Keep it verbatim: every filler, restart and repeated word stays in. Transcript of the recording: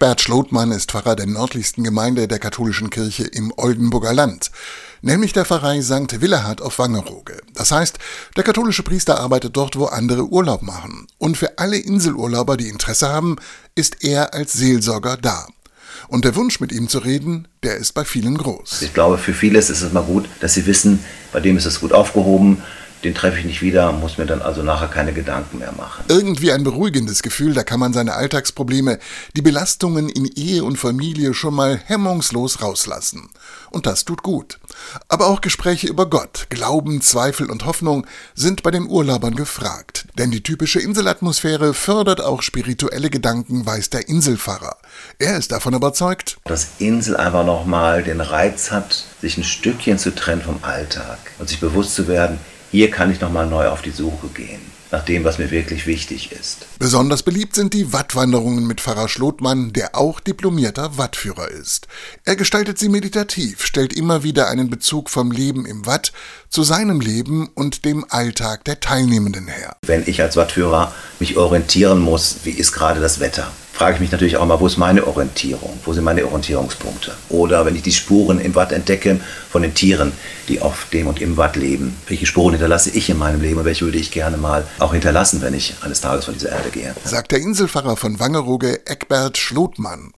Eckbert Schlotmann ist Pfarrer der nördlichsten Gemeinde der katholischen Kirche im Oldenburger Land, nämlich der Pfarrei Sankt Willehad auf Wangerooge. Das heißt, der katholische Priester arbeitet dort, wo andere Urlaub machen. Und für alle Inselurlauber, die Interesse haben, ist er als Seelsorger da. Und der Wunsch, mit ihm zu reden, der ist bei vielen groß. Ich glaube, für viele ist es mal gut, dass sie wissen, bei dem ist es gut aufgehoben, den treffe ich nicht wieder, muss mir dann also nachher keine Gedanken mehr machen. Irgendwie ein beruhigendes Gefühl, da kann man seine Alltagsprobleme, die Belastungen in Ehe und Familie schon mal hemmungslos rauslassen. Und das tut gut. Aber auch Gespräche über Gott, Glauben, Zweifel und Hoffnung sind bei den Urlaubern gefragt. Denn die typische Inselatmosphäre fördert auch spirituelle Gedanken, weiß der Inselpfarrer. Er ist davon überzeugt, dass Insel einfach nochmal den Reiz hat, sich ein Stückchen zu trennen vom Alltag und sich bewusst zu werden, hier kann ich nochmal neu auf die Suche gehen, nach dem, was mir wirklich wichtig ist. Besonders beliebt sind die Wattwanderungen mit Pfarrer Schlotmann, der auch diplomierter Wattführer ist. Er gestaltet sie meditativ, stellt immer wieder einen Bezug vom Leben im Watt zu seinem Leben und dem Alltag der Teilnehmenden her. Wenn ich als Wattführer mich orientieren muss, wie ist gerade das Wetter, frage ich mich natürlich auch mal, wo ist meine Orientierung, wo sind meine Orientierungspunkte? Oder wenn ich die Spuren im Watt entdecke von den Tieren, die auf dem und im Watt leben, welche Spuren hinterlasse ich in meinem Leben und welche würde ich gerne mal auch hinterlassen, wenn ich eines Tages von dieser Erde gehe? Sagt der Inselpfarrer von Wangerooge, Eckbert Schlotmann.